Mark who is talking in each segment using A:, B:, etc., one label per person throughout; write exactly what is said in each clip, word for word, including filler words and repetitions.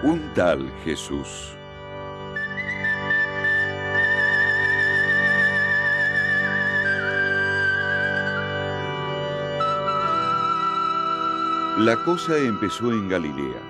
A: Un tal Jesús. La cosa empezó en Galilea.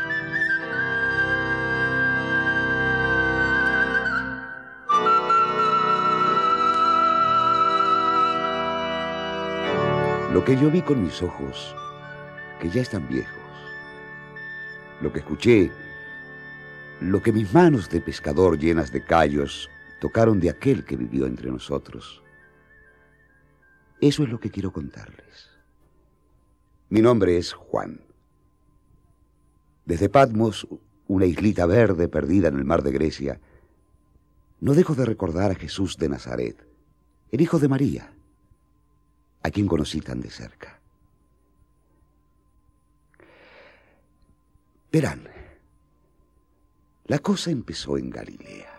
B: Lo que yo vi con mis ojos, que ya están viejos, lo que escuché, lo que mis manos de pescador llenas de callos tocaron de aquel que vivió entre nosotros, eso es lo que quiero contarles. Mi nombre es Juan. Desde Patmos, una islita verde perdida en el mar de Grecia, no dejo de recordar a Jesús de Nazaret, el hijo de María, a quien conocí tan de cerca. Verán, la cosa empezó en Galilea.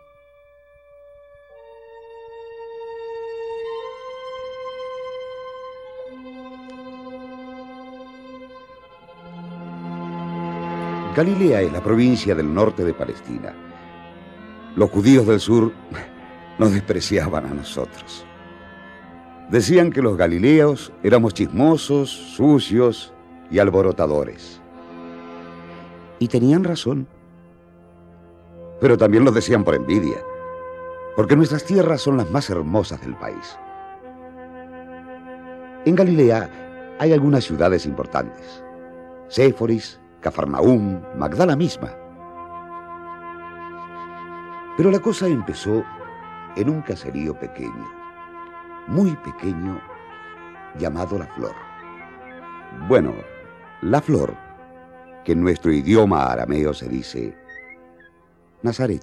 B: Galilea es la provincia del norte de Palestina. Los judíos del sur nos despreciaban a nosotros. Decían que los galileos éramos chismosos, sucios y alborotadores. Y tenían razón. Pero también lo decían por envidia, porque nuestras tierras son las más hermosas del país. En Galilea hay algunas ciudades importantes: Séforis, Cafarnaúm, Magdala misma. Pero la cosa empezó en un caserío pequeño, muy pequeño, llamado La Flor. Bueno, La Flor, que en nuestro idioma arameo se dice Nazaret.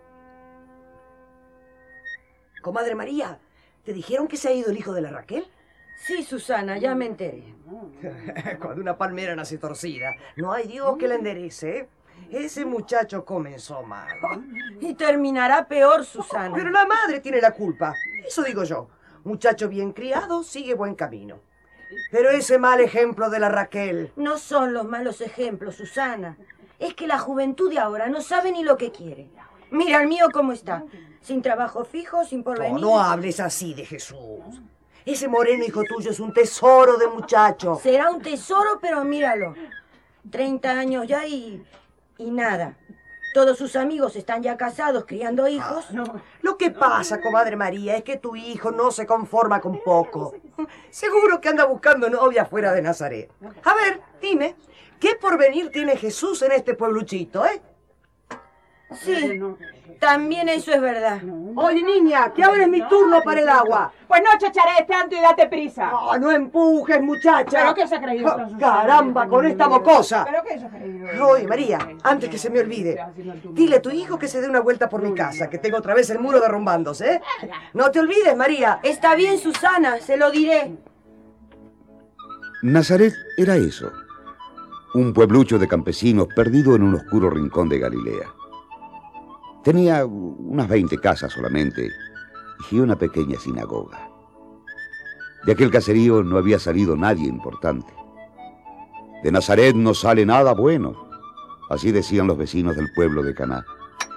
C: Comadre María, ¿te dijeron que se ha ido el hijo de la Raquel?
D: Sí, Susana, ya me enteré.
C: Cuando una palmera nace torcida, no hay Dios que la enderece, ¿eh? Ese muchacho comenzó mal.
D: Y terminará peor, Susana.
C: Pero la madre tiene la culpa. Eso digo yo. Muchacho bien criado, sigue buen camino. Pero ese mal ejemplo de la Raquel...
D: No son los malos ejemplos, Susana. Es que la juventud de ahora no sabe ni lo que quiere. Mira el mío cómo está. Sin trabajo fijo, sin porvenir.
C: No, no hables así de Jesús. Ese moreno hijo tuyo es un tesoro de muchacho.
D: Será un tesoro, pero míralo. Treinta años ya y... y nada. Todos sus amigos están ya casados, criando hijos.
C: Ah, no. Lo que pasa, comadre María, es que tu hijo no se conforma con poco. Seguro que anda buscando novia fuera de Nazaret. A ver, dime, ¿qué porvenir tiene Jesús en este puebluchito, eh?
D: Sí, también eso es verdad.
C: Oye, niña, que ahora es mi turno para el agua.
E: Pues no chacharees tanto y date prisa.
C: Oh, no empujes, muchacha.
E: ¿Pero qué se ha creído?
C: Oh, caramba, con esta mocosa.
E: ¿Pero qué se ha creído?
C: Oye, María, antes que se me olvide, dile a tu hijo que se dé una vuelta por mi casa, que tengo otra vez el muro derrumbándose, ¿eh? No te olvides, María.
D: Está bien, Susana, se lo diré.
B: Nazaret era eso, un pueblucho de campesinos perdido en un oscuro rincón de Galilea. Tenía unas veinte casas solamente y una pequeña sinagoga. De aquel caserío no había salido nadie importante. De Nazaret no sale nada bueno, así decían los vecinos del pueblo de Caná.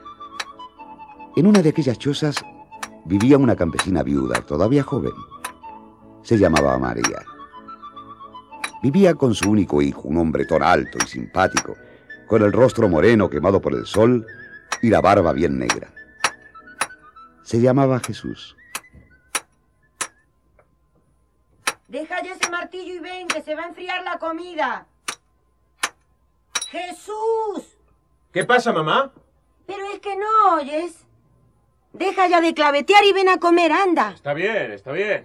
B: En una de aquellas chozas vivía una campesina viuda, todavía joven. Se llamaba María. Vivía con su único hijo, un hombretón alto y simpático, con el rostro moreno quemado por el sol y la barba bien negra. Se llamaba Jesús.
D: Deja ya ese martillo y ven, que se va a enfriar la comida. ¡Jesús!
F: ¿Qué pasa, mamá?
D: Pero es que no oyes. Deja ya de clavetear y ven a comer, anda.
F: Está bien, está bien.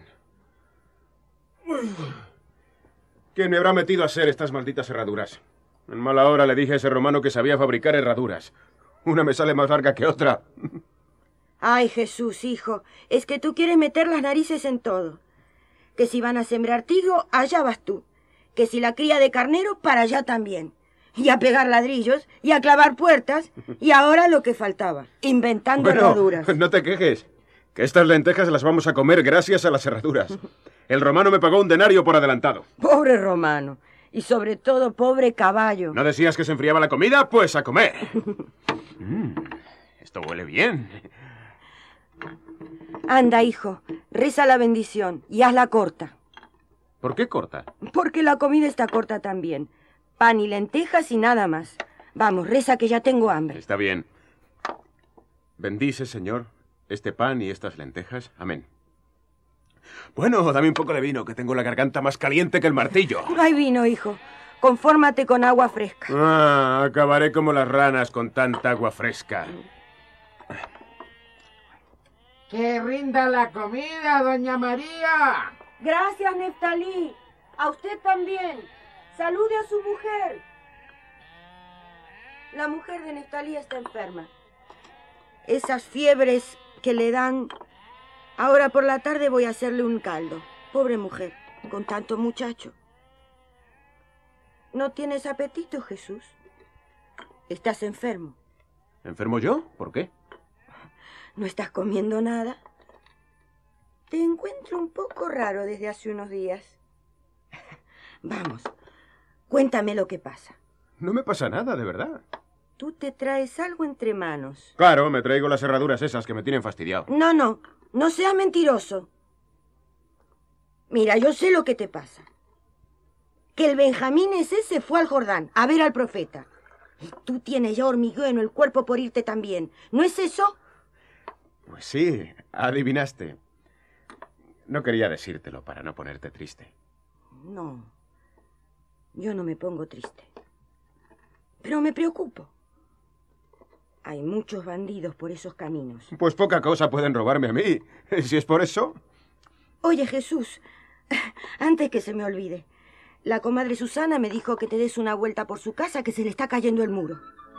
F: ¿Quién me habrá metido a hacer estas malditas herraduras? En mala hora le dije a ese romano que sabía fabricar herraduras. Una me sale más larga que otra.
D: Ay, Jesús, hijo, es que tú quieres meter las narices en todo. Que si van a sembrar trigo, allá vas tú. Que si la cría de carnero, para allá también. Y a pegar ladrillos, y a clavar puertas, y ahora lo que faltaba, inventando
F: bueno,
D: herraduras.
F: No te quejes, que estas lentejas las vamos a comer gracias a las herraduras. El romano me pagó un denario por adelantado.
D: Pobre romano. Y sobre todo, pobre caballo.
F: ¿No decías que se enfriaba la comida? Pues a comer. Mm, esto huele bien.
D: Anda, hijo, reza la bendición y hazla corta.
F: ¿Por qué corta?
D: Porque la comida está corta también. Pan y lentejas y nada más. Vamos, reza que ya tengo hambre.
F: Está bien. Bendice, Señor, este pan y estas lentejas. Amén. Bueno, dame un poco de vino, que tengo la garganta más caliente que el martillo.
D: No hay vino, hijo. Confórmate con agua fresca.
F: Ah, acabaré como las ranas con tanta agua fresca.
G: ¡Que rinda la comida, doña María!
D: Gracias, Neftalí. A usted también. Salude a su mujer. La mujer de Neftalí está enferma. Esas fiebres que le dan... Ahora por la tarde voy a hacerle un caldo. Pobre mujer, con tanto muchacho. ¿No tienes apetito, Jesús? Estás enfermo.
F: ¿Enfermo yo? ¿Por qué?
D: ¿No estás comiendo nada? Te encuentro un poco raro desde hace unos días. Vamos, cuéntame lo que pasa.
F: No me pasa nada, de verdad.
D: Tú te traes algo entre manos.
F: Claro, me traigo las herraduras esas que me tienen fastidiado.
D: No, no, no seas mentiroso. Mira, yo sé lo que te pasa. Que el Benjamín ese se fue al Jordán a ver al profeta. Y tú tienes ya hormigueo en el cuerpo por irte también. ¿No es eso?
F: Pues sí, adivinaste. No quería decírtelo para no ponerte triste.
D: No, yo no me pongo triste. Pero me preocupo. Hay muchos bandidos por esos caminos.
F: Pues poca cosa pueden robarme a mí, si es por eso.
D: Oye, Jesús, antes que se me olvide, la comadre Susana me dijo que te des una vuelta por su casa, que se le está cayendo el muro.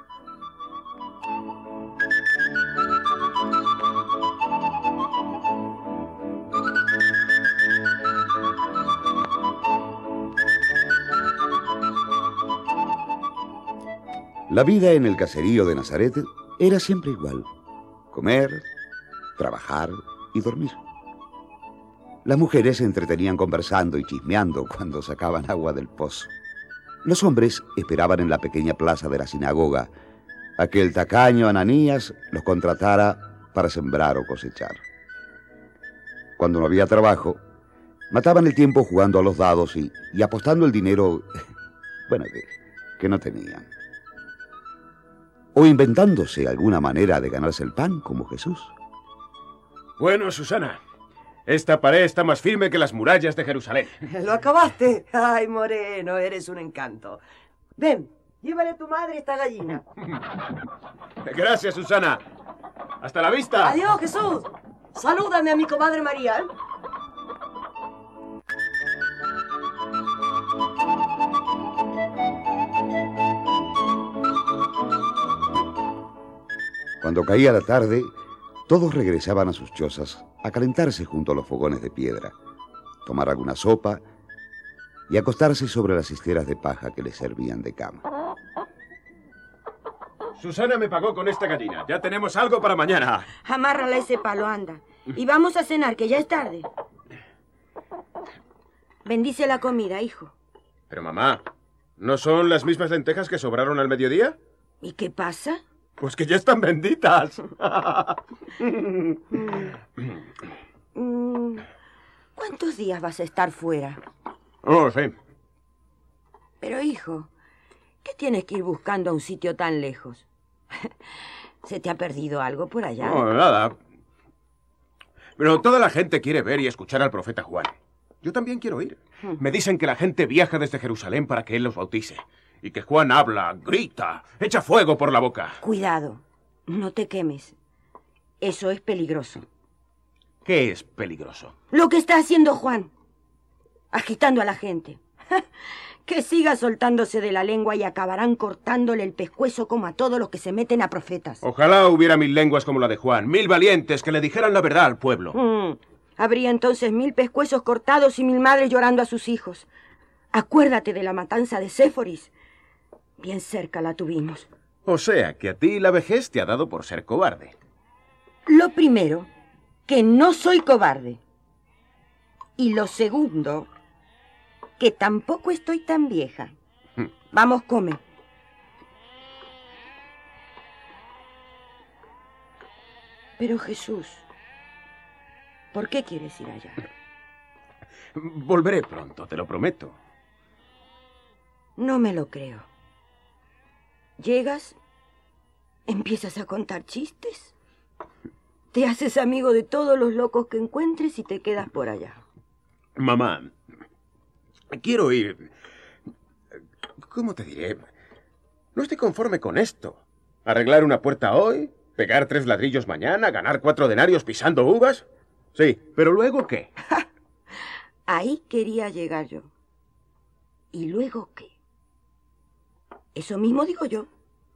B: La vida en el caserío de Nazaret era siempre igual. Comer, trabajar y dormir. Las mujeres se entretenían conversando y chismeando cuando sacaban agua del pozo. Los hombres esperaban en la pequeña plaza de la sinagoga a que el tacaño Ananías los contratara para sembrar o cosechar. Cuando no había trabajo, mataban el tiempo jugando a los dados y, y apostando el dinero, bueno, que, que no tenían. O inventándose alguna manera de ganarse el pan, como Jesús.
F: Bueno, Susana, esta pared está más firme que las murallas de Jerusalén.
C: ¿Lo acabaste? Ay, Moreno, eres un encanto. Ven, llévale a tu madre esta gallina.
F: Gracias, Susana. Hasta la vista.
C: Adiós, Jesús. Salúdame a mi comadre María, ¿eh?
B: Cuando caía la tarde, todos regresaban a sus chozas a calentarse junto a los fogones de piedra, tomar alguna sopa y acostarse sobre las esteras de paja que les servían de cama.
F: Susana me pagó con esta gallina. Ya tenemos algo para mañana.
D: Amárrala ese palo, anda. Y vamos a cenar, que ya es tarde. Bendice la comida, hijo.
F: Pero mamá, ¿no son las mismas lentejas que sobraron al mediodía?
D: ¿Y qué pasa?
F: Pues que ya están benditas.
D: Mm, ¿Cuántos días vas a estar fuera?
F: Oh, sí.
D: Pero, hijo, ¿qué tienes que ir buscando a un sitio tan lejos? ¿Se te ha perdido algo por allá?
F: No, nada. Pero toda la gente quiere ver y escuchar al profeta Juan. Yo también quiero ir. Me dicen que la gente viaja desde Jerusalén para que él los bautice. Y que Juan habla, grita, echa fuego por la boca.
D: Cuidado, no te quemes. Eso es peligroso.
F: ¿Qué es peligroso?
D: Lo que está haciendo Juan. Agitando a la gente. Que siga soltándose de la lengua y acabarán cortándole el pescuezo como a todos los que se meten a profetas.
F: Ojalá hubiera mil lenguas como la de Juan, mil valientes que le dijeran la verdad al pueblo.
D: Mm, habría entonces mil pescuezos cortados y mil madres llorando a sus hijos. Acuérdate de la matanza de Séforis. Bien cerca la tuvimos.
F: O sea, que a ti la vejez te ha dado por ser cobarde.
D: Lo primero, que no soy cobarde. Y lo segundo, que tampoco estoy tan vieja. Vamos, come. Pero Jesús, ¿por qué quieres ir allá?
F: Volveré pronto, te lo prometo.
D: No me lo creo. Llegas, empiezas a contar chistes, te haces amigo de todos los locos que encuentres y te quedas por allá.
F: Mamá, quiero ir... ¿Cómo te diré? No estoy conforme con esto. ¿Arreglar una puerta hoy? ¿Pegar tres ladrillos mañana? ¿Ganar cuatro denarios pisando uvas? Sí, pero ¿luego qué?
D: Ahí quería llegar yo. ¿Y luego qué? Eso mismo digo yo.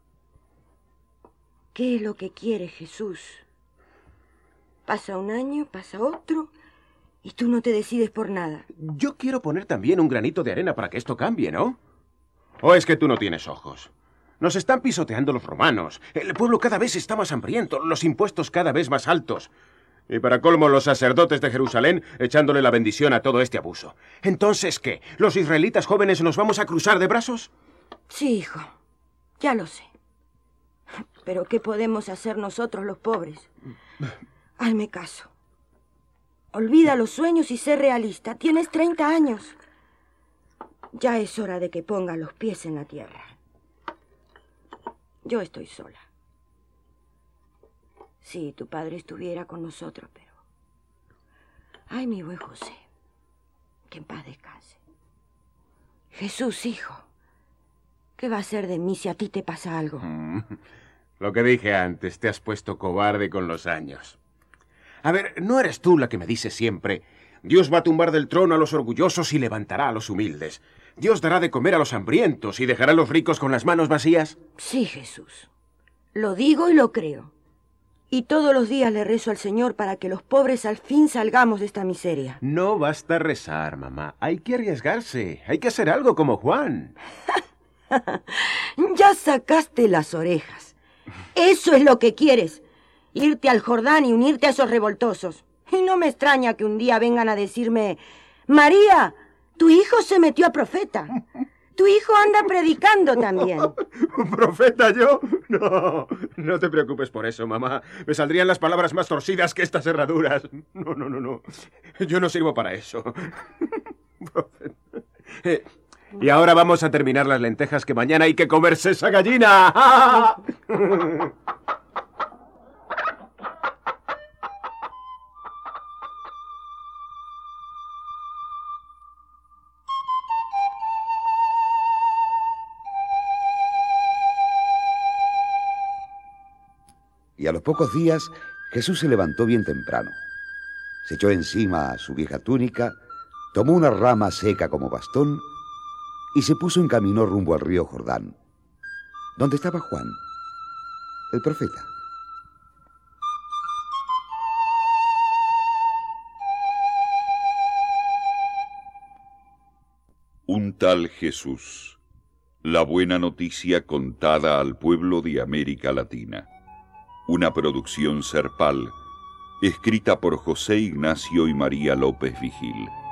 D: ¿Qué es lo que quiere Jesús? Pasa un año, pasa otro, y tú no te decides por nada.
F: Yo quiero poner también un granito de arena para que esto cambie, ¿no? ¿O es que tú no tienes ojos? Nos están pisoteando los romanos. El pueblo cada vez está más hambriento, los impuestos cada vez más altos. Y para colmo, los sacerdotes de Jerusalén echándole la bendición a todo este abuso. ¿Entonces qué? ¿Los israelitas jóvenes nos vamos a cruzar de brazos?
D: Sí, hijo, ya lo sé. Pero ¿qué podemos hacer nosotros los pobres? Hazme caso. Olvida los sueños y sé realista. Tienes treinta años. Ya es hora de que pongas los pies en la tierra. Yo estoy sola. Sí, tu padre estuviera con nosotros, pero... Ay, mi buen José, que en paz descanse. Jesús, hijo, ¿qué va a ser de mí si a ti te pasa algo?
F: Mm, lo que dije antes, te has puesto cobarde con los años. A ver, ¿no eres tú la que me dice siempre: Dios va a tumbar del trono a los orgullosos y levantará a los humildes? Dios dará de comer a los hambrientos y dejará a los ricos con las manos vacías.
D: Sí, Jesús. Lo digo y lo creo. Y todos los días le rezo al Señor para que los pobres al fin salgamos de esta miseria.
F: No basta rezar, mamá. Hay que arriesgarse. Hay que hacer algo como Juan.
D: Ya sacaste las orejas. Eso es lo que quieres. Irte al Jordán y unirte a esos revoltosos. Y no me extraña que un día vengan a decirme: María, tu hijo se metió a profeta. Tu hijo anda predicando también.
F: ¿Profeta yo? No, no te preocupes por eso, mamá. Me saldrían las palabras más torcidas que estas herraduras. No, no, no, no. Yo no sirvo para eso. Eh, y ahora vamos a terminar las lentejas, que mañana hay que comerse esa gallina.
B: Y a los pocos días, Jesús se levantó bien temprano. Se echó encima su vieja túnica, tomó una rama seca como bastón y se puso en camino rumbo al río Jordán, donde estaba Juan, el profeta.
A: Un tal Jesús. La buena noticia contada al pueblo de América Latina. Una producción Serpal, escrita por José Ignacio y María López Vigil.